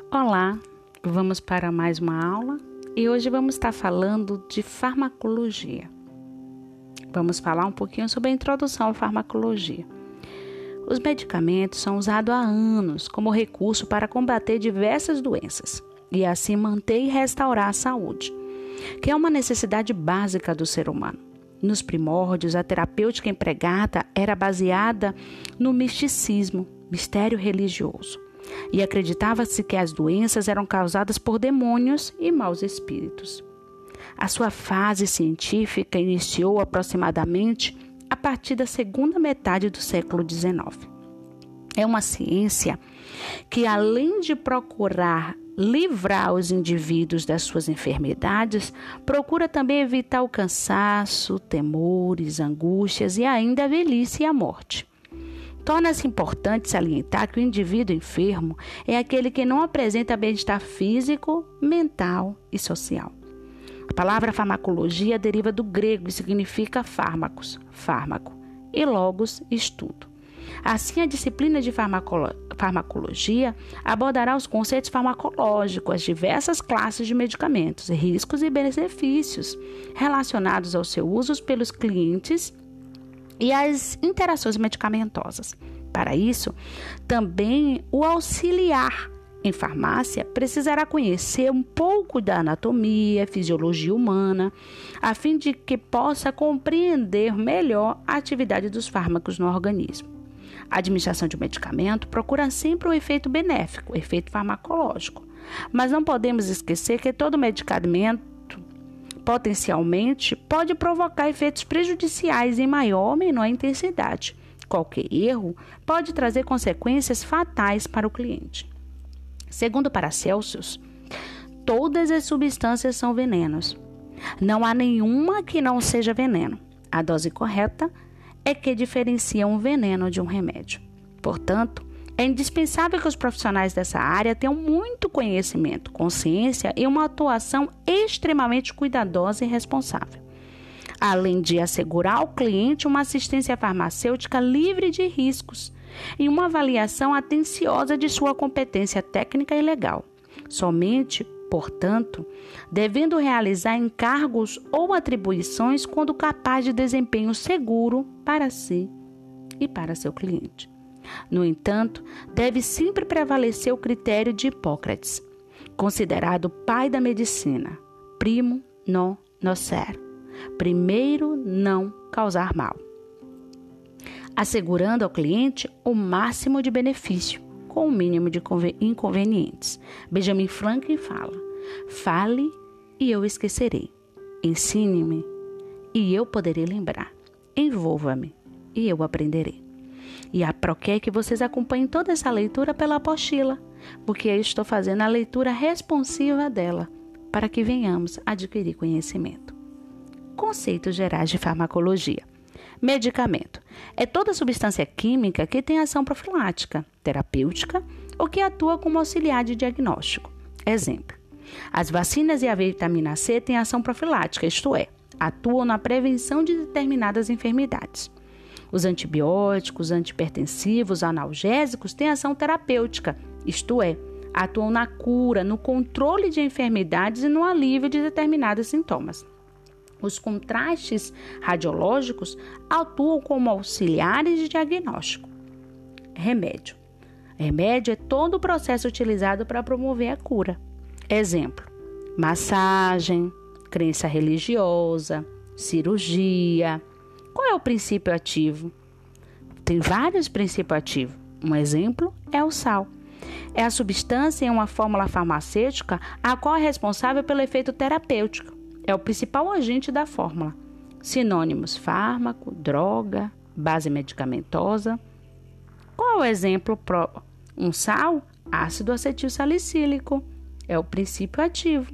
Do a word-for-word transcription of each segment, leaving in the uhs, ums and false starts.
Olá, vamos para mais uma aula e hoje vamos estar falando de farmacologia. Vamos falar um pouquinho sobre a introdução à farmacologia. Os medicamentos são usados há anos como recurso para combater diversas doenças e assim manter e restaurar a saúde, que é uma necessidade básica do ser humano. Nos primórdios, a terapêutica empregada era baseada no misticismo, mistério religioso. E acreditava-se que as doenças eram causadas por demônios e maus espíritos. A sua fase científica iniciou aproximadamente a partir da segunda metade do século dezenove. É uma ciência que, além de procurar livrar os indivíduos das suas enfermidades, procura também evitar o cansaço, temores, angústias e ainda a velhice e a morte. Torna-se importante salientar que o indivíduo enfermo é aquele que não apresenta bem-estar físico, mental e social. A palavra farmacologia deriva do grego e significa fármacos, fármaco, e logos, estudo. Assim, a disciplina de farmacolo- farmacologia abordará os conceitos farmacológicos, as diversas classes de medicamentos, riscos e benefícios relacionados ao seu uso pelos clientes e as interações medicamentosas. Para isso, também o auxiliar em farmácia precisará conhecer um pouco da anatomia, fisiologia humana, a fim de que possa compreender melhor a atividade dos fármacos no organismo. A administração de um medicamento procura sempre um efeito benéfico, efeito farmacológico, mas não podemos esquecer que todo medicamento potencialmente pode provocar efeitos prejudiciais em maior ou menor intensidade. Qualquer erro pode trazer consequências fatais para o cliente. Segundo Paracelsus, todas as substâncias são venenos. Não há nenhuma que não seja veneno. A dose correta é que diferencia um veneno de um remédio. Portanto, é indispensável que os profissionais dessa área tenham muito conhecimento, consciência e uma atuação extremamente cuidadosa e responsável, além de assegurar ao cliente uma assistência farmacêutica livre de riscos e uma avaliação atenciosa de sua competência técnica e legal. Somente, portanto, devendo realizar encargos ou atribuições quando capaz de desempenho seguro para si e para seu cliente. No entanto, deve sempre prevalecer o critério de Hipócrates, considerado pai da medicina, primo non nocere, primeiro não causar mal, assegurando ao cliente o máximo de benefício, com o mínimo de inconvenientes. Benjamin Franklin fala: fale e eu esquecerei, ensine-me e eu poderei lembrar, envolva-me e eu aprenderei. E a Proquer que vocês acompanhem toda essa leitura pela apostila, porque eu estou fazendo a leitura responsiva dela, para que venhamos adquirir conhecimento. Conceitos gerais de farmacologia. Medicamento é toda substância química que tem ação profilática, terapêutica ou que atua como auxiliar de diagnóstico. Exemplo: as vacinas e a vitamina C têm ação profilática, isto é, atuam na prevenção de determinadas enfermidades. Os antibióticos, antipertensivos, analgésicos têm ação terapêutica, isto é, atuam na cura, no controle de enfermidades e no alívio de determinados sintomas. Os contrastes radiológicos atuam como auxiliares de diagnóstico. Remédio. Remédio é todo o processo utilizado para promover a cura. Exemplo: massagem, crença religiosa, cirurgia. Qual é o princípio ativo? Tem vários princípios ativos. Um exemplo é o sal. É a substância em uma fórmula farmacêutica a qual é responsável pelo efeito terapêutico. É o principal agente da fórmula. Sinônimos: fármaco, droga, base medicamentosa. Qual é o exemplo? Um sal, ácido acetil salicílico. É o princípio ativo.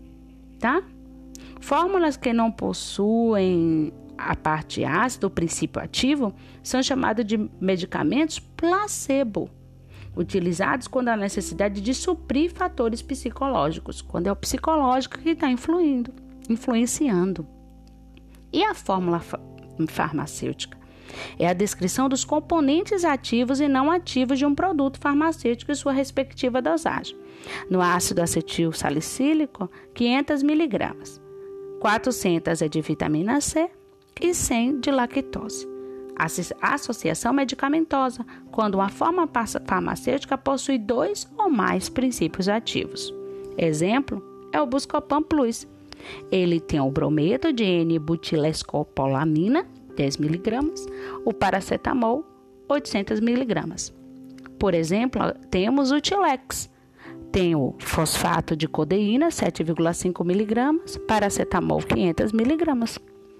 Tá? Fórmulas que não possuem a parte ácida, o princípio ativo, são chamados de medicamentos placebo, utilizados quando há necessidade de suprir fatores psicológicos, quando é o psicológico que está influindo, influenciando. E a fórmula fa- farmacêutica? É a descrição dos componentes ativos e não ativos de um produto farmacêutico e sua respectiva dosagem. No ácido acetil salicílico, quinhentos miligramas. quatrocentos é de vitamina C e cem de lactose. A associação medicamentosa, quando uma forma farmacêutica possui dois ou mais princípios ativos. Exemplo é o Buscopan Plus. Ele tem o brometo de N-butilescopolamina, dez miligramas, o paracetamol, oitocentos miligramas. Por exemplo, temos o Tilex. Tem o fosfato de codeína, sete vírgula cinco miligramas, paracetamol, quinhentos miligramas.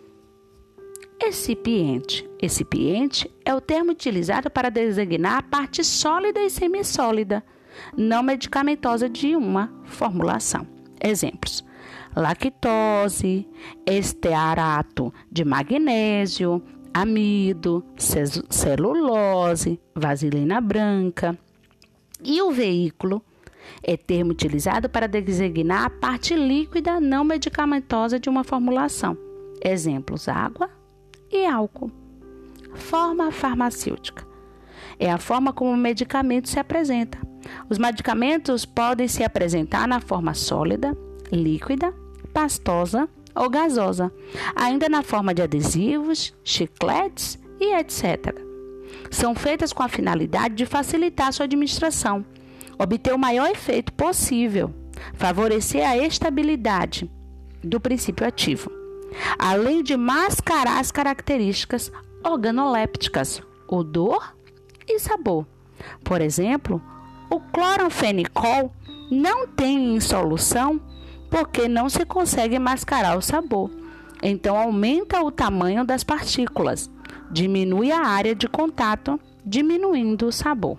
Excipiente. Excipiente é o termo utilizado para designar a parte sólida e semissólida, não medicamentosa de uma formulação. Exemplos: lactose, estearato de magnésio, amido, celulose, vaselina branca. E o veículo é termo utilizado para designar a parte líquida não medicamentosa de uma formulação. Exemplos: água e álcool. Forma farmacêutica. É a forma como o medicamento se apresenta. Os medicamentos podem se apresentar na forma sólida, líquida, pastosa ou gasosa, ainda na forma de adesivos, chicletes e etcétera. São feitas com a finalidade de facilitar sua administração, obter o maior efeito possível, favorecer a estabilidade do princípio ativo, além de mascarar as características organolépticas, odor e sabor. Por exemplo, o cloranfenicol não tem em solução porque não se consegue mascarar o sabor. Então, aumenta o tamanho das partículas, diminui a área de contato, diminuindo o sabor.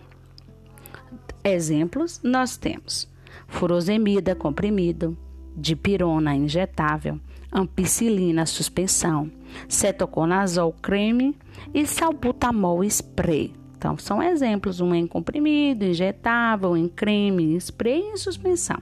Exemplos, nós temos furosemida comprimido, dipirona injetável, ampicilina suspensão, cetoconazol creme e salbutamol spray. Então, são exemplos, um em comprimido, injetável, em creme, spray e em suspensão.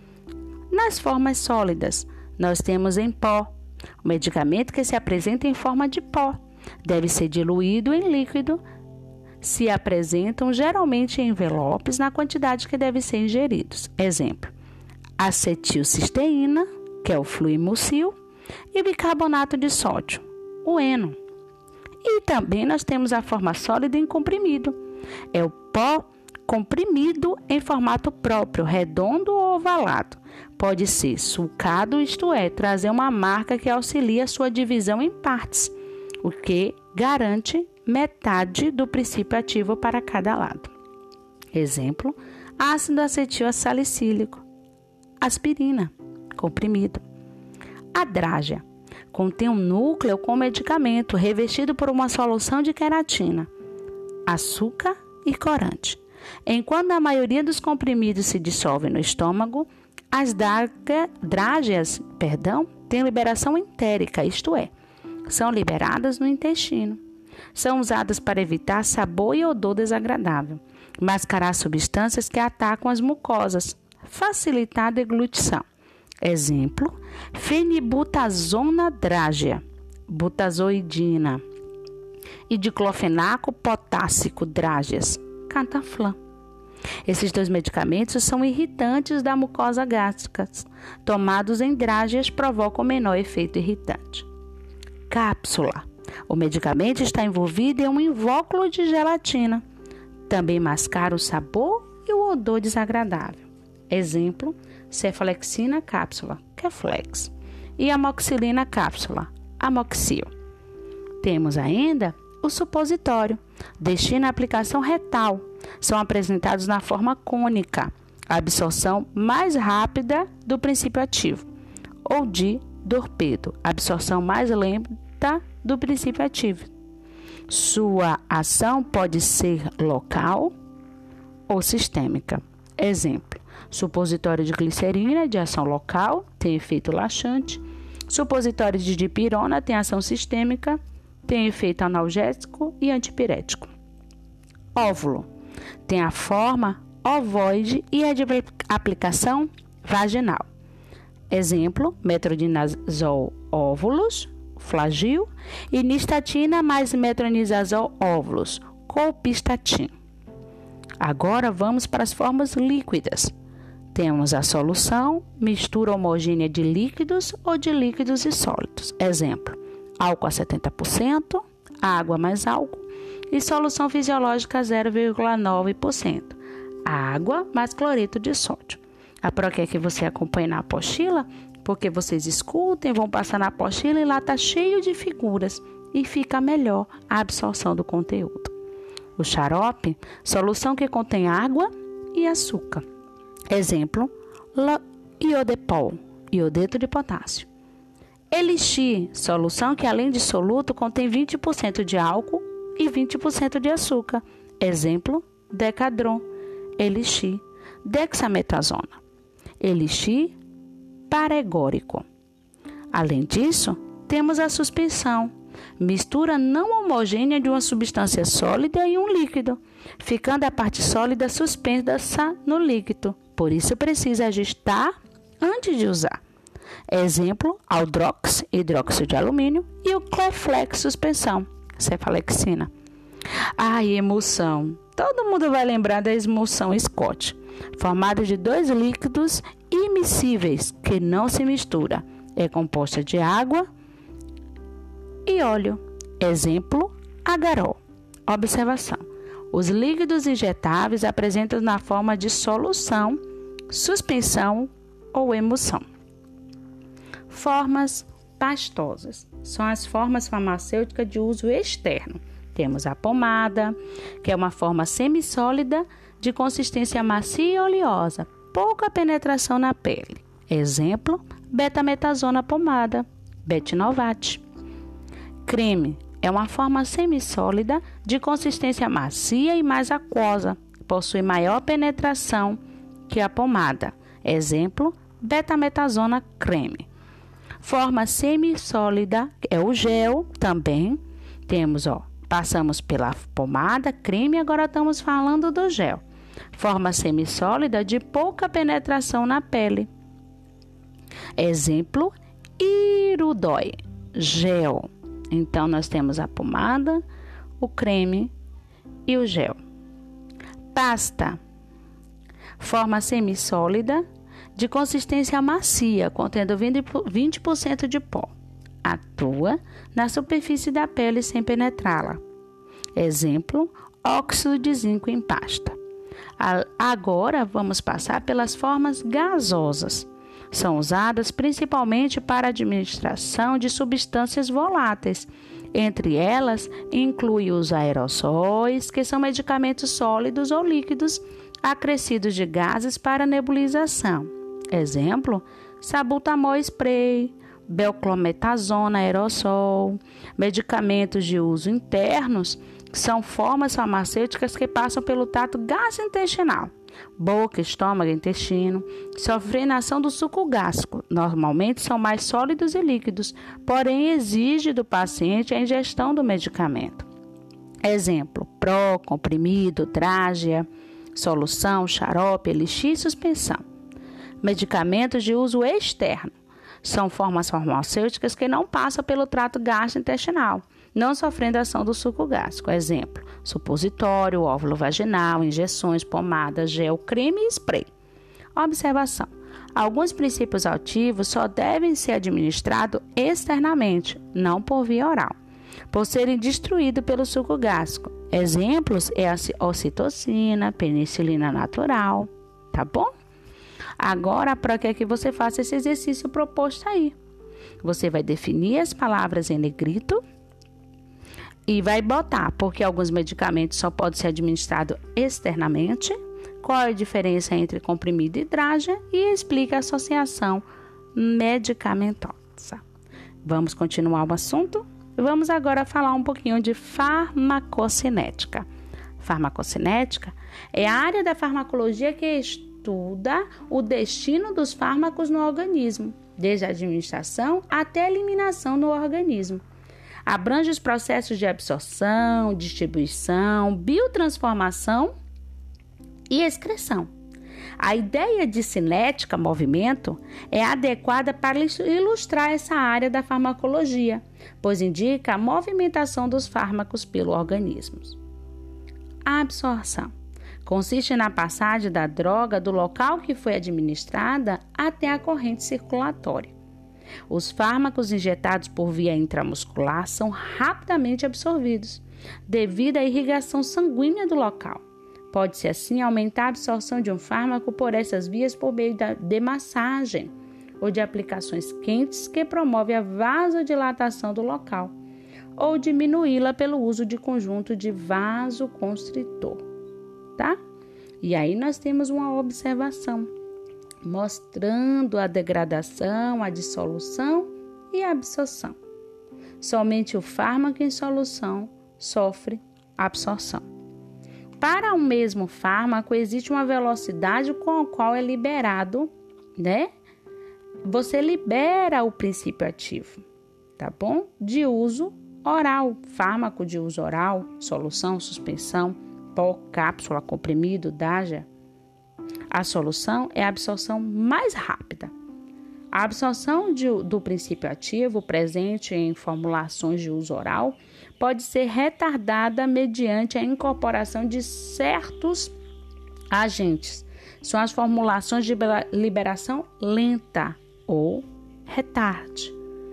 Nas formas sólidas, nós temos em pó, o medicamento que se apresenta em forma de pó, deve ser diluído em líquido, se apresentam geralmente em envelopes na quantidade que devem ser ingeridos. Exemplo: acetilcisteína, que é o fluimucil, e bicarbonato de sódio, o eno. E também nós temos a forma sólida em comprimido. É o pó comprimido em formato próprio, redondo ou ovalado. Pode ser sulcado, isto é, trazer uma marca que auxilia a sua divisão em partes, o que garante metade do princípio ativo para cada lado. Exemplo: ácido acetil salicílico, aspirina, comprimido. A drágia contém um núcleo com medicamento revestido por uma solução de queratina, açúcar e corante. Enquanto a maioria dos comprimidos se dissolve no estômago, as drágeas, perdão, têm liberação entérica, isto é, são liberadas no intestino. São usadas para evitar sabor e odor desagradável, mascarar substâncias que atacam as mucosas, facilitar a deglutição. Exemplo: fenibutazona drágea, butazoidina e diclofenaco potássico drágeas, cataflã. Esses dois medicamentos são irritantes da mucosa gástrica. Tomados em drágeas, provocam menor efeito irritante. Cápsula. O medicamento está envolvido em um invólucro de gelatina. Também mascara o sabor e o odor desagradável. Exemplo: cefalexina cápsula, Keflex, e amoxicilina cápsula, Amoxil. Temos ainda o supositório, destina à aplicação retal. São apresentados na forma cônica, a absorção mais rápida do princípio ativo, ou de dorpedo, a absorção mais lenta do princípio ativo. Sua ação pode ser local ou sistêmica. Exemplo: supositório de glicerina, de ação local, tem efeito laxante. Supositório de dipirona tem ação sistêmica, tem efeito analgésico e antipirético. Óvulo tem a forma ovoide e é de aplicação vaginal. Exemplo: metronidazol óvulos, Flagyl, e nistatina mais metronidazol óvulos, colpistatin. Agora vamos para as formas líquidas. Temos a solução, mistura homogênea de líquidos ou de líquidos e sólidos. Exemplo, álcool a setenta por cento, água mais álcool e solução fisiológica zero vírgula nove por cento, água mais cloreto de sódio. A Pro quer que você acompanhe na apostila, porque vocês escutem, vão passar na apostila e lá está cheio de figuras e fica melhor a absorção do conteúdo. O xarope, solução que contém água e açúcar. Exemplo, iodepol, iodeto de potássio. Elixir, solução que além de soluto contém vinte por cento de álcool e vinte por cento de açúcar. Exemplo, decadron, elixir, dexametasona. Elixir paregórico. Além disso, temos a suspensão, mistura não homogênea de uma substância sólida e um líquido, ficando a parte sólida suspensa no líquido. Por isso precisa ajustar antes de usar. Exemplo, aldrox, hidróxido de alumínio e o Cloflex suspensão, cefalexina. Ah, e emulsão. Todo mundo vai lembrar da emulsão Scott, formada de dois líquidos imiscíveis que não se mistura. É composta de água e óleo. Exemplo, agarol. Observação. Os líquidos injetáveis apresentam na forma de solução, suspensão ou emulsão. Formas pastosas. São as formas farmacêuticas de uso externo. Temos a pomada, que é uma forma semissólida de consistência macia e oleosa, pouca penetração na pele. Exemplo, betametasona pomada, Betnovat. Creme é uma forma semissólida de consistência macia e mais aquosa, possui maior penetração que a pomada. Exemplo, betametasona creme. Forma semissólida é o gel também. Temos, ó, passamos pela pomada, creme, agora estamos falando do gel. Forma semissólida de pouca penetração na pele. Exemplo, Hirudoi, gel. Então, nós temos a pomada, o creme e o gel. Pasta, forma semissólida de consistência macia, contendo vinte por cento de pó. Atua na superfície da pele sem penetrá-la. Exemplo, óxido de zinco em pasta. Agora, vamos passar pelas formas gasosas. São usadas principalmente para a administração de substâncias voláteis. Entre elas, inclui os aerossóis, que são medicamentos sólidos ou líquidos acrescidos de gases para nebulização. Exemplo, salbutamol spray, beclometasona aerossol. Medicamentos de uso internos são formas farmacêuticas que passam pelo trato gastrointestinal, boca, estômago, intestino, sofrendo a ação do suco gástrico. Normalmente são mais sólidos e líquidos, porém exige do paciente a ingestão do medicamento. Exemplo, pró, comprimido, trágea, solução, xarope, elixir e suspensão. Medicamentos de uso externo são formas farmacêuticas que não passam pelo trato gastrointestinal, não sofrendo a ação do suco gástrico. Exemplo, supositório, óvulo vaginal, injeções, pomada, gel, creme e spray. Observação. Alguns princípios ativos só devem ser administrados externamente, não por via oral, por serem destruídos pelo suco gástrico. Exemplos é a ocitocina, penicilina natural, tá bom? Agora, para que você faça esse exercício proposto aí? Você vai definir as palavras em negrito e vai botar, porque alguns medicamentos só podem ser administrados externamente, qual é a diferença entre comprimido e drágea e explica a associação medicamentosa. Vamos continuar o assunto? Vamos agora falar um pouquinho de farmacocinética. Farmacocinética é a área da farmacologia que estuda o destino dos fármacos no organismo, desde a administração até a eliminação no organismo. Abrange os processos de absorção, distribuição, biotransformação e excreção. A ideia de cinética, movimento, é adequada para ilustrar essa área da farmacologia, pois indica a movimentação dos fármacos pelo organismo. A absorção consiste na passagem da droga do local que foi administrada até a corrente circulatória. Os fármacos injetados por via intramuscular são rapidamente absorvidos, devido à irrigação sanguínea do local. Pode-se, assim, aumentar a absorção de um fármaco por essas vias por meio de massagem ou de aplicações quentes que promovem a vasodilatação do local, ou diminuí-la pelo uso de conjunto de vasoconstritor, tá? E aí nós temos uma observação mostrando a degradação, a dissolução e a absorção. Somente o fármaco em solução sofre absorção. Para o mesmo fármaco, existe uma velocidade com a qual é liberado, né? Você libera o princípio ativo, tá bom? De uso oral, fármaco de uso oral, solução, suspensão, pó, cápsula, comprimido, dágia. A solução é a absorção mais rápida. A absorção de, do princípio ativo presente em formulações de uso oral pode ser retardada mediante a incorporação de certos agentes. São as formulações de liberação lenta ou retarde.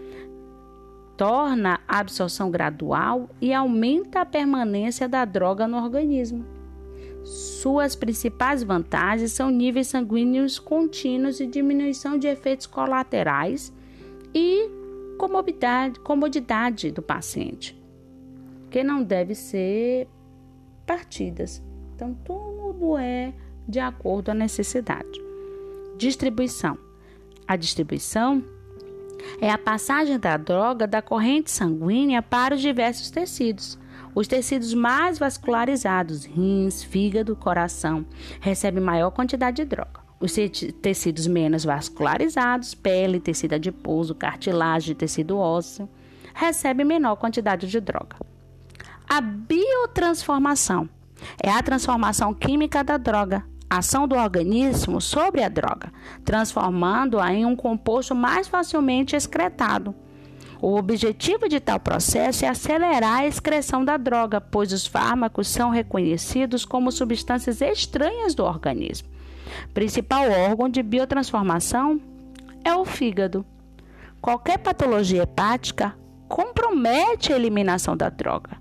Torna a absorção gradual e aumenta a permanência da droga no organismo. Suas principais vantagens são níveis sanguíneos contínuos e diminuição de efeitos colaterais e comodidade, comodidade do paciente, que não deve ser partidas. Então, tudo é de acordo à necessidade. Distribuição. A distribuição é a passagem da droga da corrente sanguínea para os diversos tecidos. Os tecidos mais vascularizados, rins, fígado, coração, recebem maior quantidade de droga. Os tecidos menos vascularizados, pele, tecido adiposo, cartilagem, tecido ósseo, recebem menor quantidade de droga. A biotransformação é a transformação química da droga, ação do organismo sobre a droga, transformando-a em um composto mais facilmente excretado. O objetivo de tal processo é acelerar a excreção da droga, pois os fármacos são reconhecidos como substâncias estranhas do organismo. Principal órgão de biotransformação é o fígado. Qualquer patologia hepática compromete a eliminação da droga.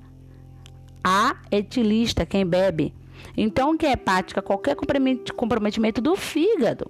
A etilista, quem bebe. Então, que é hepática, qualquer comprometimento do fígado,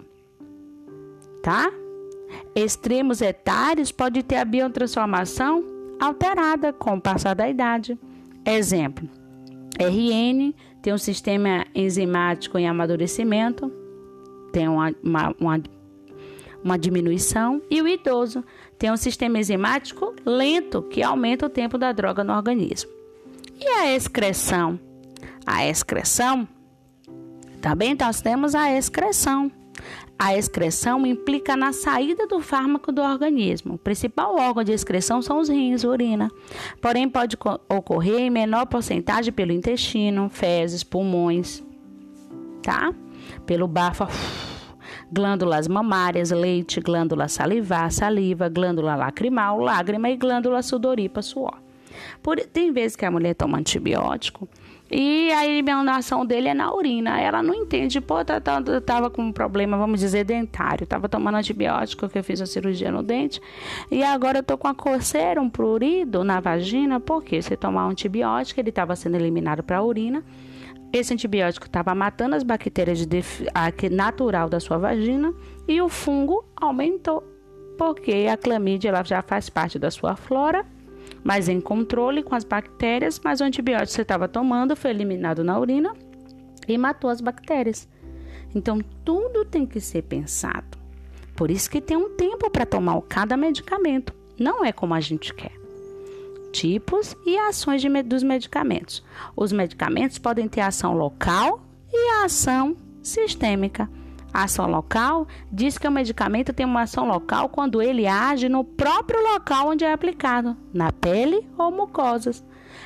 tá? Extremos etários pode ter a biotransformação alterada com o passar da idade. Exemplo, R N tem um sistema enzimático em amadurecimento, tem uma, uma, uma, uma diminuição, e o idoso tem um sistema enzimático lento, que aumenta o tempo da droga no organismo. E a excreção? A excreção, também nós temos a excreção. A excreção implica na saída do fármaco do organismo. O principal órgão de excreção são os rins, urina. Porém, pode ocorrer em menor porcentagem pelo intestino, fezes, pulmões, tá? Pelo bafo, glândulas mamárias, leite, glândula salivar, saliva, glândula lacrimal, lágrima e glândula sudorípara, suor. Por, tem vezes que a mulher toma antibiótico e a eliminação dele é na urina. Ela não entende, pô, eu tava com um problema, vamos dizer, dentário. Tava tomando antibiótico, que eu fiz a cirurgia no dente. E agora eu tô com a coceira, um prurido na vagina. Por quê? Você tomar um antibiótico, ele estava sendo eliminado para a urina. Esse antibiótico estava matando as bactérias de def... natural da sua vagina. E o fungo aumentou. Porque a clamídia ela já faz parte da sua flora, mas em controle com as bactérias, mas o antibiótico que você estava tomando foi eliminado na urina e matou as bactérias. Então, tudo tem que ser pensado. Por isso que tem um tempo para tomar cada medicamento. Não é como a gente quer. Tipos e ações de, dos medicamentos. Os medicamentos podem ter ação local e a ação sistêmica. A ação local diz que o medicamento tem uma ação local quando ele age no próprio local onde é aplicado, na pele ou mucosas.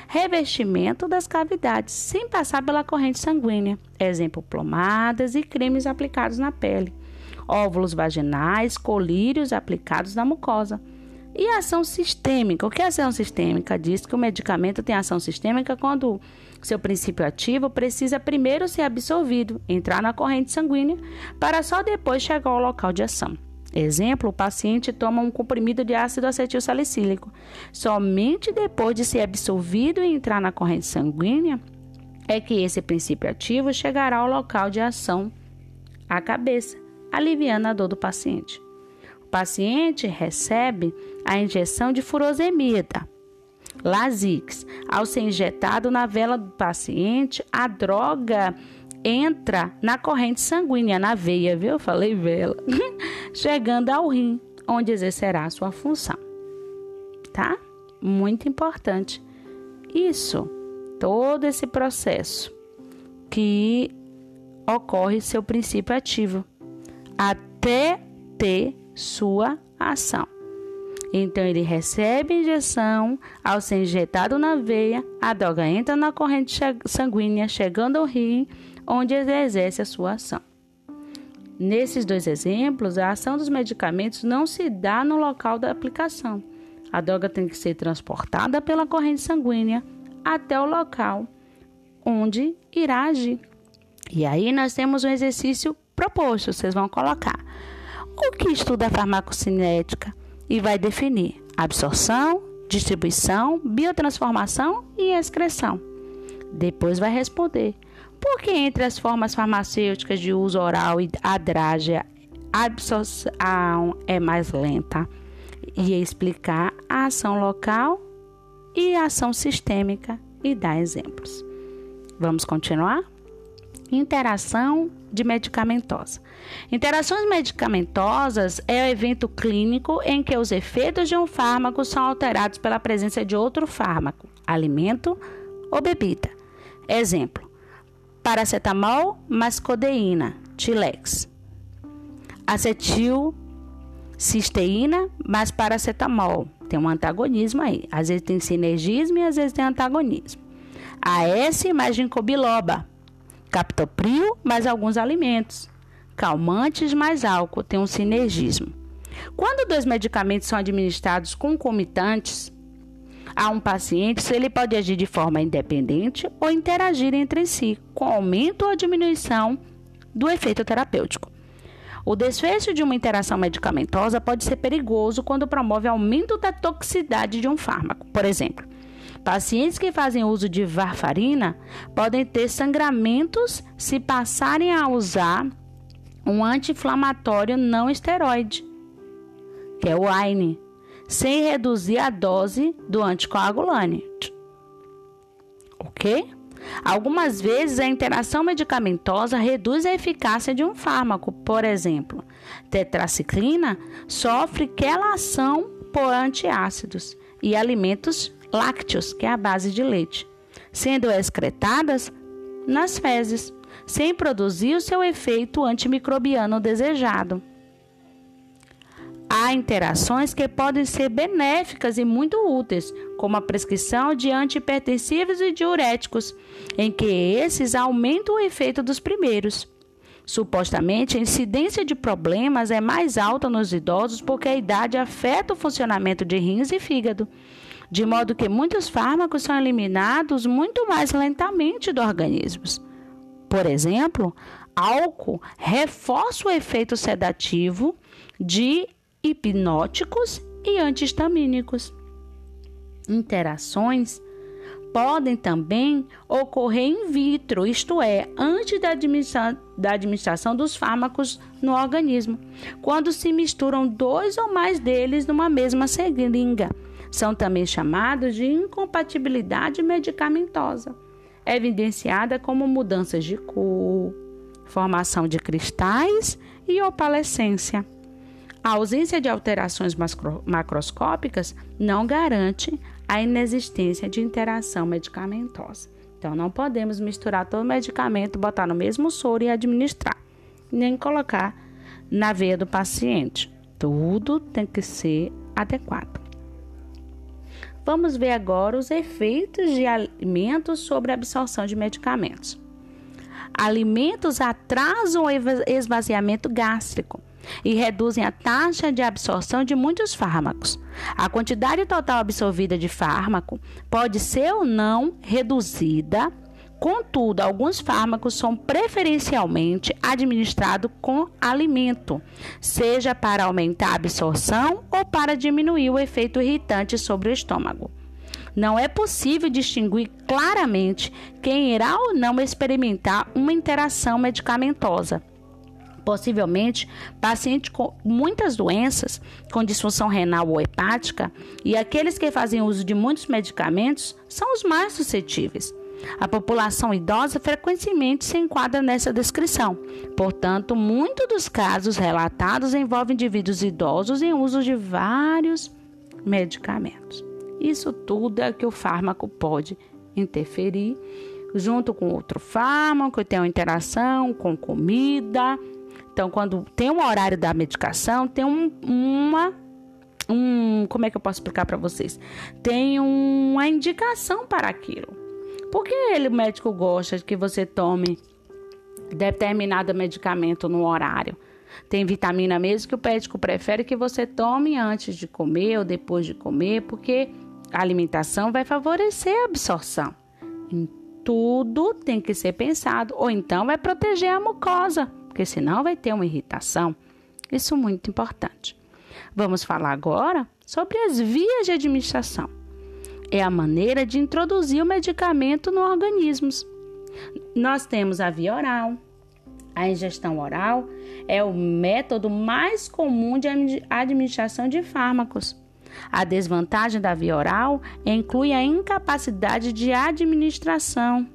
revestimento das cavidades, sem passar pela corrente sanguínea. Exemplo, pomadas e cremes aplicados na pele, óvulos vaginais, colírios aplicados na mucosa. E a ação sistêmica. O que é ação sistêmica? Diz que o medicamento tem ação sistêmica quando seu princípio ativo precisa primeiro ser absorvido, entrar na corrente sanguínea, para só depois chegar ao local de ação. Exemplo, o paciente toma um comprimido de ácido acetil salicílico. Somente depois de ser absorvido e entrar na corrente sanguínea é que esse princípio ativo chegará ao local de ação, à cabeça, aliviando a dor do paciente. O paciente recebe a injeção de furosemida, Lasix. Ao ser injetado na vela do paciente, a droga entra na corrente sanguínea, na veia, viu? Eu falei vela. Chegando ao rim, onde exercerá a sua função. Tá? Muito importante. Isso, todo esse processo que ocorre seu princípio ativo, até ter sua ação. Então, ele recebe a injeção, ao ser injetado na veia, a droga entra na corrente sanguínea, chegando ao rim, onde ele exerce a sua ação. Nesses dois exemplos, a ação dos medicamentos não se dá no local da aplicação. A droga tem que ser transportada pela corrente sanguínea até o local onde irá agir. E aí nós temos um exercício proposto, vocês vão colocar o que estuda a farmacocinética e vai definir absorção, distribuição, biotransformação e excreção. Depois vai responder por que entre as formas farmacêuticas de uso oral a drágia a absorção é mais lenta e explicar a ação local e a ação sistêmica e dar exemplos. Vamos continuar? Interação de medicamentosa. Interações medicamentosas é o evento clínico em que os efeitos de um fármaco são alterados pela presença de outro fármaco, alimento ou bebida. Exemplo, paracetamol mais codeína, Tilex. Acetilcisteína mais paracetamol. Tem um antagonismo aí. Às vezes tem sinergismo e às vezes tem antagonismo. A S mais ginkgo biloba. Captopril mais alguns alimentos. Calmantes mais álcool, tem um sinergismo. Quando dois medicamentos são administrados concomitantes a um paciente, ele pode agir de forma independente ou interagir entre si, com aumento ou diminuição do efeito terapêutico. O desfecho de uma interação medicamentosa pode ser perigoso quando promove aumento da toxicidade de um fármaco. Por exemplo, pacientes que fazem uso de varfarina podem ter sangramentos se passarem a usar um anti-inflamatório não esteroide, que é o A I N E, sem reduzir a dose do anticoagulante. Ok? Algumas vezes a interação medicamentosa reduz a eficácia de um fármaco. Por exemplo, tetraciclina sofre quelação por antiácidos e alimentos lácteos, que é a base de leite, sendo excretadas nas fezes, sem produzir o seu efeito antimicrobiano desejado. Há interações que podem ser benéficas e muito úteis, como a prescrição de antihipertensivos e diuréticos, em que esses aumentam o efeito dos primeiros. Supostamente, a incidência de problemas é mais alta nos idosos porque a idade afeta o funcionamento de rins e fígado, de modo que muitos fármacos são eliminados muito mais lentamente do organismo. Por exemplo, álcool reforça o efeito sedativo de hipnóticos e antihistamínicos. Interações podem também ocorrer in vitro, isto é, antes da, administra- da administração dos fármacos no organismo, quando se misturam dois ou mais deles numa mesma seringa. São também chamados de incompatibilidade medicamentosa, evidenciada como mudanças de cor, formação de cristais e opalescência. A ausência de alterações macro- macroscópicas não garante a inexistência de interação medicamentosa. Então, não podemos misturar todo medicamento, botar no mesmo soro e administrar, nem colocar na veia do paciente. Tudo tem que ser adequado. Vamos ver agora os efeitos de alimentos sobre a absorção de medicamentos. Alimentos atrasam o esvaziamento gástrico e reduzem a taxa de absorção de muitos fármacos. A quantidade total absorvida de fármaco pode ser ou não reduzida, contudo, alguns fármacos são preferencialmente administrados com alimento, seja para aumentar a absorção ou para diminuir o efeito irritante sobre o estômago. Não é possível distinguir claramente quem irá ou não experimentar uma interação medicamentosa. Possivelmente, pacientes com muitas doenças, com disfunção renal ou hepática, e aqueles que fazem uso de muitos medicamentos são os mais suscetíveis. A população idosa frequentemente se enquadra nessa descrição. Portanto, muitos dos casos relatados envolvem indivíduos idosos em uso de vários medicamentos. Isso tudo é que o fármaco pode interferir, junto com outro fármaco, tem uma interação com comida. Então, quando tem um horário da medicação, tem um, uma, um, como é que eu posso explicar para vocês? Tem uma indicação para aquilo. Por que ele, o médico gosta de que você tome determinado medicamento no horário? Tem vitamina mesmo que o médico prefere que você tome antes de comer ou depois de comer, porque a alimentação vai favorecer a absorção. Em tudo tem que ser pensado, ou então vai proteger a mucosa, porque senão vai ter uma irritação. Isso é muito importante. Vamos falar agora sobre as vias de administração. É a maneira de introduzir o medicamento no organismo. Nós temos a via oral. A ingestão oral é o método mais comum de administração de fármacos. A desvantagem da via oral inclui a incapacidade de administração,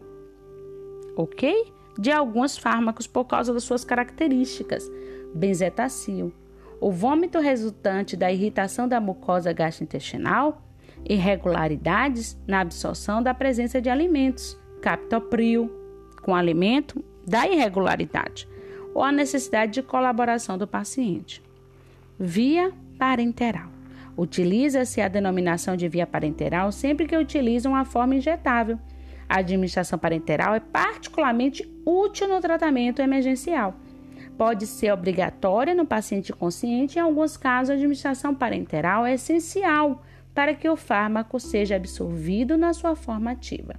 ok? De alguns fármacos por causa das suas características. Benzetacil. O vômito resultante da irritação da mucosa gastrointestinal, irregularidades na absorção da presença de alimentos, captopril, com alimento da irregularidade, ou a necessidade de colaboração do paciente. Via parenteral. Utiliza-se a denominação de via parenteral sempre que utilizam a forma injetável. A administração parenteral é particularmente útil no tratamento emergencial. Pode ser obrigatória no paciente consciente e, em alguns casos, a administração parenteral é essencial para que o fármaco seja absorvido na sua forma ativa.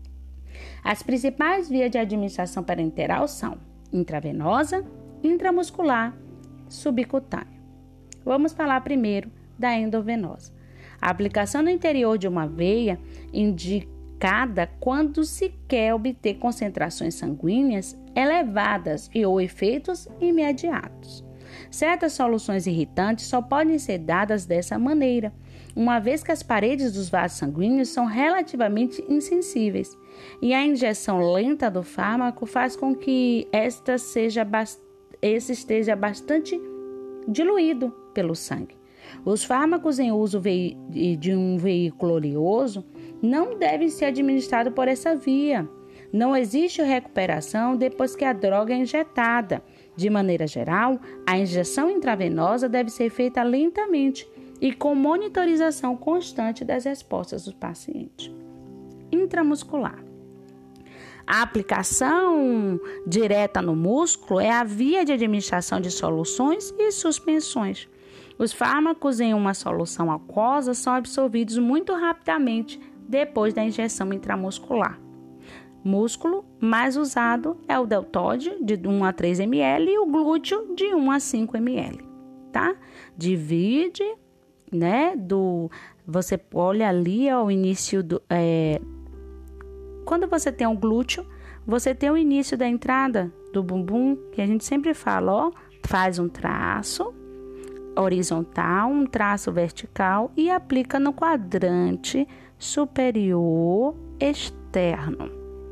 As principais vias de administração parenteral são intravenosa, intramuscular, subcutânea. Vamos falar primeiro da endovenosa. A aplicação no interior de uma veia indicada quando se quer obter concentrações sanguíneas elevadas e ou efeitos imediatos. Certas soluções irritantes só podem ser dadas dessa maneira, uma vez que as paredes dos vasos sanguíneos são relativamente insensíveis, e a injeção lenta do fármaco faz com que esta seja, esse esteja bastante diluído pelo sangue. Os fármacos em uso de um veículo oleoso não devem ser administrados por essa via. Não existe recuperação depois que a droga é injetada. De maneira geral, a injeção intravenosa deve ser feita lentamente e com monitorização constante das respostas do paciente. Intramuscular. A aplicação direta no músculo é a via de administração de soluções e suspensões. Os fármacos em uma solução aquosa são absorvidos muito rapidamente depois da injeção intramuscular. Músculo mais usado é o deltóide, de um a três mililitros, e o glúteo, de um a cinco mililitros, tá? Divide, né, do... Você olha ali ao início do... É, quando você tem um glúteo, você tem o início da entrada do bumbum, que a gente sempre fala, ó, faz um traço horizontal, um traço vertical e aplica no quadrante superior externo.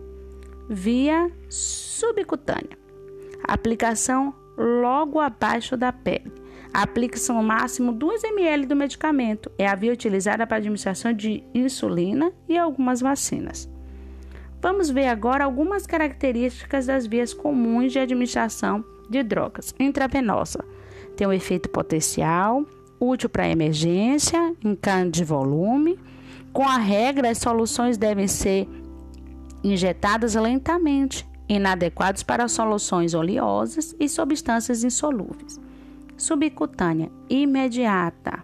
Via subcutânea. Aplicação logo abaixo da pele. Aplica-se no máximo dois mililitros do medicamento. É a via utilizada para a administração de insulina e algumas vacinas. Vamos ver agora algumas características das vias comuns de administração de drogas. Intravenosa. Tem um efeito potencial, útil para emergência, em cano de volume, Com a regra, as soluções devem ser injetadas lentamente, inadequados para soluções oleosas e substâncias insolúveis. Subcutânea, imediata,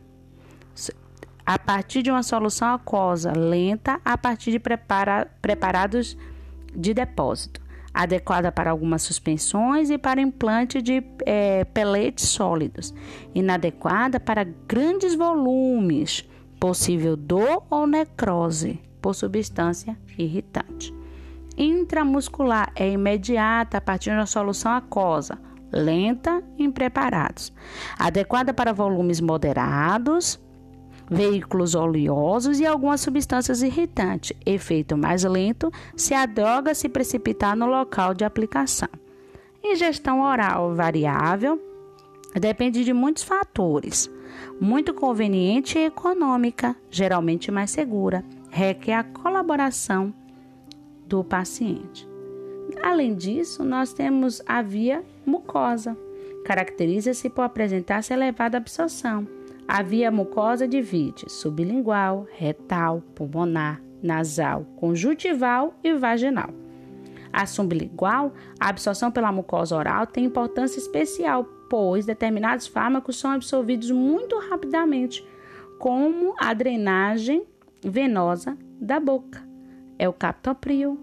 a partir de uma solução aquosa, lenta, a partir de prepara, preparados de depósito, adequada para algumas suspensões e para implante de é, peletes sólidos, inadequada para grandes volumes, possível dor ou necrose por substância irritante. Intramuscular é imediata a partir de uma solução aquosa, lenta em preparados, adequada para volumes moderados, veículos oleosos e algumas substâncias irritantes, efeito mais lento se a droga se precipitar no local de aplicação. Ingestão oral variável depende de muitos fatores, muito conveniente e econômica, geralmente mais segura, requer a colaboração do paciente. Além disso, nós temos a via mucosa, caracteriza-se por apresentar-se elevada absorção. A via mucosa divide sublingual, retal, pulmonar, nasal, conjuntival e vaginal. A sublingual, a absorção pela mucosa oral tem importância especial, pois determinados fármacos são absorvidos muito rapidamente, como a drenagem venosa da boca. É o captopril,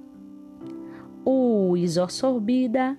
o isosorbida.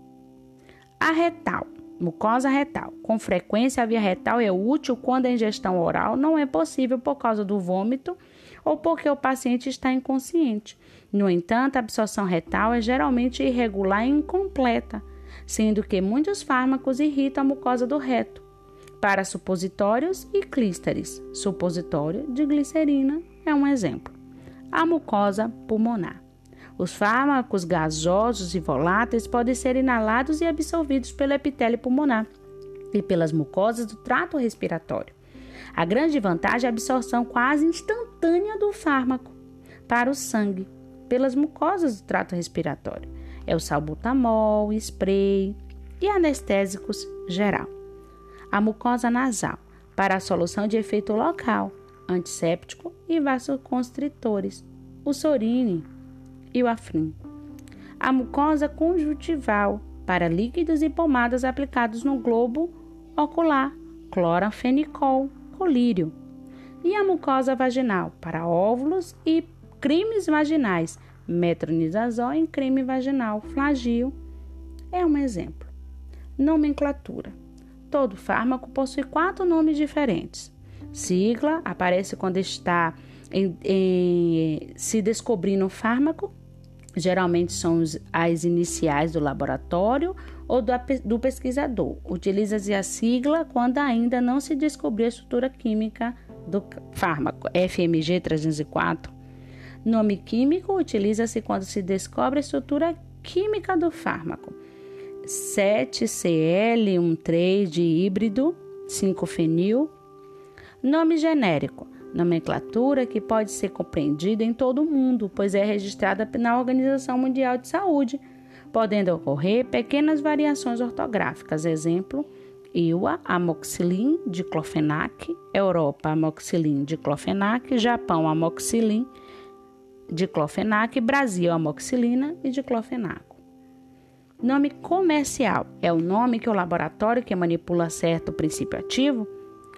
A retal, mucosa retal. Com frequência, a via retal é útil quando a ingestão oral não é possível por causa do vômito ou porque o paciente está inconsciente. No entanto, a absorção retal é geralmente irregular e incompleta, sendo que muitos fármacos irritam a mucosa do reto. Para supositórios e clísteres, supositório de glicerina é um exemplo. A mucosa pulmonar. Os fármacos gasosos e voláteis podem ser inalados e absorvidos pelo epitélio pulmonar e pelas mucosas do trato respiratório. A grande vantagem é a absorção quase instantânea do fármaco para o sangue pelas mucosas do trato respiratório. É o salbutamol, spray e anestésicos geral. A mucosa nasal, para a solução de efeito local, antisséptico e vasoconstritores, o Sorine e o Afrin. A mucosa conjuntival, para líquidos e pomadas aplicados no globo ocular, cloranfenicol, colírio. E a mucosa vaginal, para óvulos e cremes vaginais, metronidazol em creme vaginal, flagil, é um exemplo. Nomenclatura. Todo fármaco possui quatro nomes diferentes. Sigla aparece quando está em, em, se descobrindo o fármaco. Geralmente são as iniciais do laboratório ou do, do pesquisador. Utiliza-se a sigla quando ainda não se descobriu a estrutura química do fármaco, F M G trezentos e quatro. Nome químico utiliza-se quando se descobre a estrutura química do fármaco, sete C L treze de híbrido, cinco fenil. Nome genérico. Nomenclatura que pode ser compreendida em todo o mundo, pois é registrada na Organização Mundial de Saúde, podendo ocorrer pequenas variações ortográficas. Exemplo, I U A, amoxicilin, diclofenac, Europa, amoxicilin, diclofenac, Japão, amoxicilin, diclofenac, Brasil, amoxicilina e diclofenaco. Nome comercial é o nome que o laboratório que manipula certo princípio ativo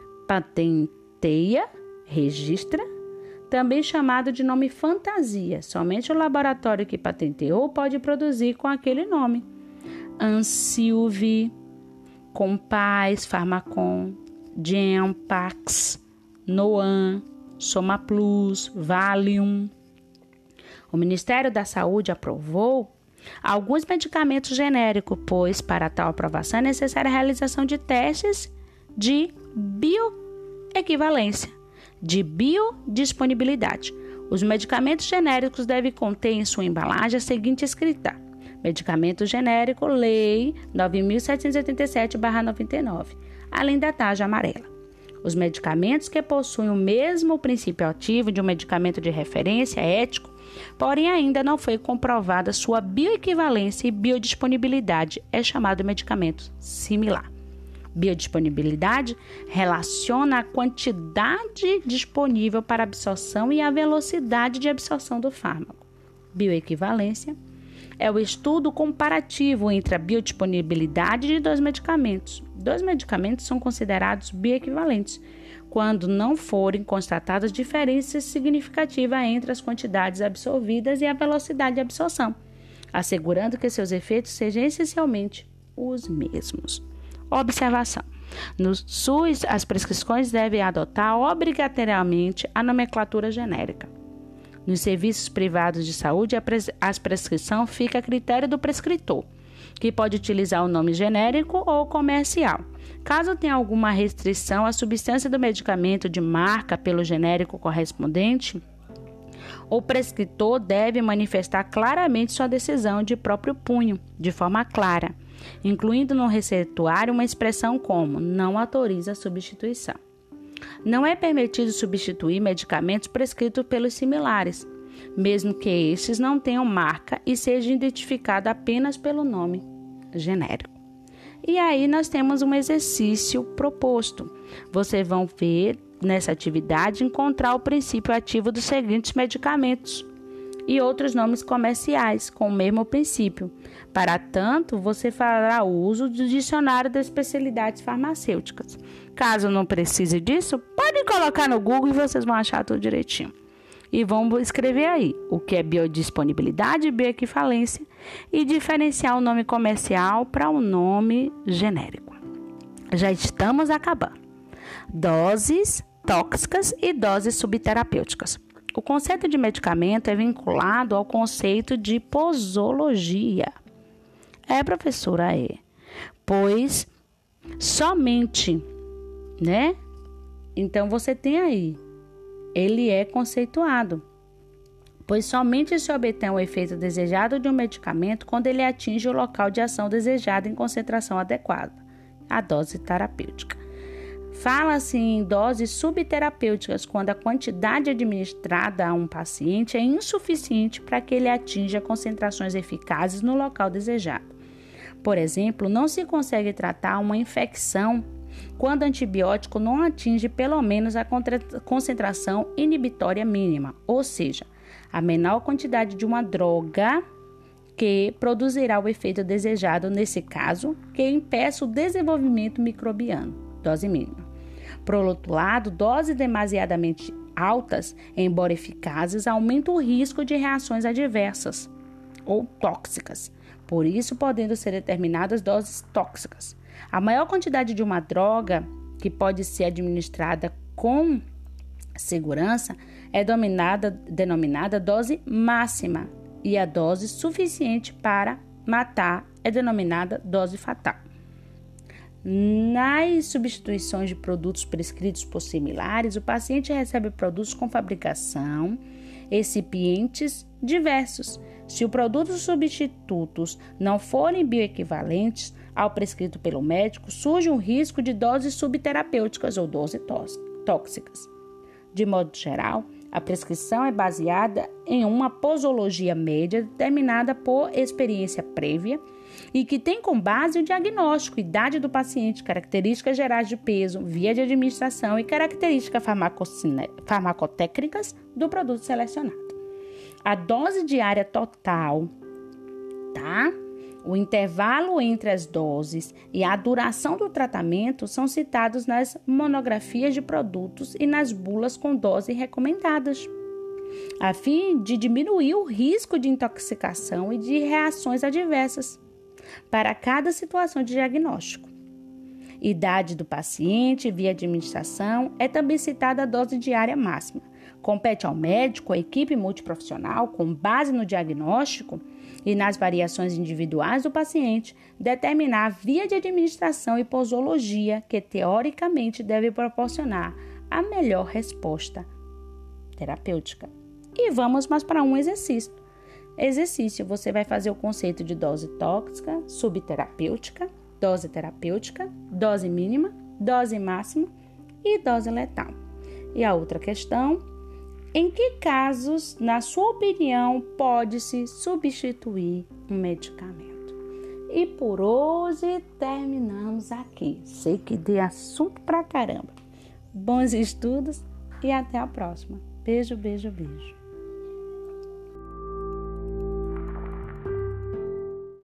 patenteia, registra, também chamado de nome fantasia. Somente o laboratório que patenteou pode produzir com aquele nome. Ansilvi, Compaz, Pharmacon, Gempax, Noan, Somaplus, Valium. O Ministério da Saúde aprovou alguns medicamentos genéricos, pois para tal aprovação é necessária a realização de testes de bioequivalência, de biodisponibilidade. Os medicamentos genéricos devem conter em sua embalagem a seguinte escrita: medicamento genérico, Lei nove mil setecentos e oitenta e sete barra noventa e nove, além da tarja amarela. Os medicamentos que possuem o mesmo princípio ativo de um medicamento de referência ético, porém ainda não foi comprovada sua bioequivalência e biodisponibilidade, é chamado medicamento similar. Biodisponibilidade relaciona a quantidade disponível para absorção e a velocidade de absorção do fármaco. Bioequivalência é o estudo comparativo entre a biodisponibilidade de dois medicamentos. Dois medicamentos são considerados bioequivalentes quando não forem constatadas diferenças significativas entre as quantidades absorvidas e a velocidade de absorção, assegurando que seus efeitos sejam essencialmente os mesmos. Observação: no SUS, as prescrições devem adotar obrigatoriamente a nomenclatura genérica. Nos serviços privados de saúde, a, pres- a prescrição fica a critério do prescritor, que pode utilizar o nome genérico ou comercial. Caso tenha alguma restrição à substância do medicamento de marca pelo genérico correspondente, o prescritor deve manifestar claramente sua decisão de próprio punho, de forma clara, incluindo no receituário uma expressão como não autoriza a substituição. Não é permitido substituir medicamentos prescritos pelos similares, mesmo que estes não tenham marca e sejam identificados apenas pelo nome genérico. E aí nós temos um exercício proposto. Vocês vão ver nessa atividade encontrar o princípio ativo dos seguintes medicamentos e outros nomes comerciais com o mesmo princípio. Para tanto, você fará uso do dicionário das especialidades farmacêuticas. Caso não precise disso, pode colocar no Google e vocês vão achar tudo direitinho. E vão escrever aí o que é biodisponibilidade e bioequivalência e diferenciar o nome comercial para o nome genérico. Já estamos acabando. Doses tóxicas e doses subterapêuticas. O conceito de medicamento é vinculado ao conceito de posologia. É, professora, é. Pois somente, né? Então, você tem aí, ele é conceituado, pois somente se obtém o efeito desejado de um medicamento quando ele atinge o local de ação desejado em concentração adequada, a dose terapêutica. Fala-se em doses subterapêuticas quando a quantidade administrada a um paciente é insuficiente para que ele atinja concentrações eficazes no local desejado. Por exemplo, não se consegue tratar uma infecção quando o antibiótico não atinge pelo menos a concentração inibitória mínima, ou seja, a menor quantidade de uma droga que produzirá o efeito desejado, nesse caso, que impeça o desenvolvimento microbiano, dose mínima. Por outro lado, doses demasiadamente altas, embora eficazes, aumentam o risco de reações adversas ou tóxicas. Por isso, podendo ser determinadas doses tóxicas. A maior quantidade de uma droga que pode ser administrada com segurança é denominada, denominada dose máxima e a dose suficiente para matar é denominada dose fatal. Nas substituições de produtos prescritos por similares, o paciente recebe produtos com fabricação, recipientes diversos. Se os produtos substitutos não forem bioequivalentes ao prescrito pelo médico, surge um risco de doses subterapêuticas ou doses tóxicas. De modo geral, a prescrição é baseada em uma posologia média determinada por experiência prévia e que tem como base o diagnóstico, idade do paciente, características gerais de peso, via de administração e características farmacotécnicas do produto selecionado. A dose diária total, tá? O intervalo entre as doses e a duração do tratamento são citados nas monografias de produtos e nas bulas com doses recomendadas, a fim de diminuir o risco de intoxicação e de reações adversas para cada situação de diagnóstico. Idade do paciente, via administração, é também citada a dose diária máxima. Compete ao médico, à equipe multiprofissional, com base no diagnóstico e nas variações individuais do paciente, determinar a via de administração e posologia que, teoricamente, deve proporcionar a melhor resposta terapêutica. E vamos mais para um exercício. Exercício, você vai fazer o conceito de dose tóxica, subterapêutica, dose terapêutica, dose mínima, dose máxima e dose letal. E a outra questão: em que casos, na sua opinião, pode-se substituir um medicamento? E por hoje terminamos aqui. Sei que dei assunto pra caramba. Bons estudos e até a próxima. Beijo, beijo, beijo.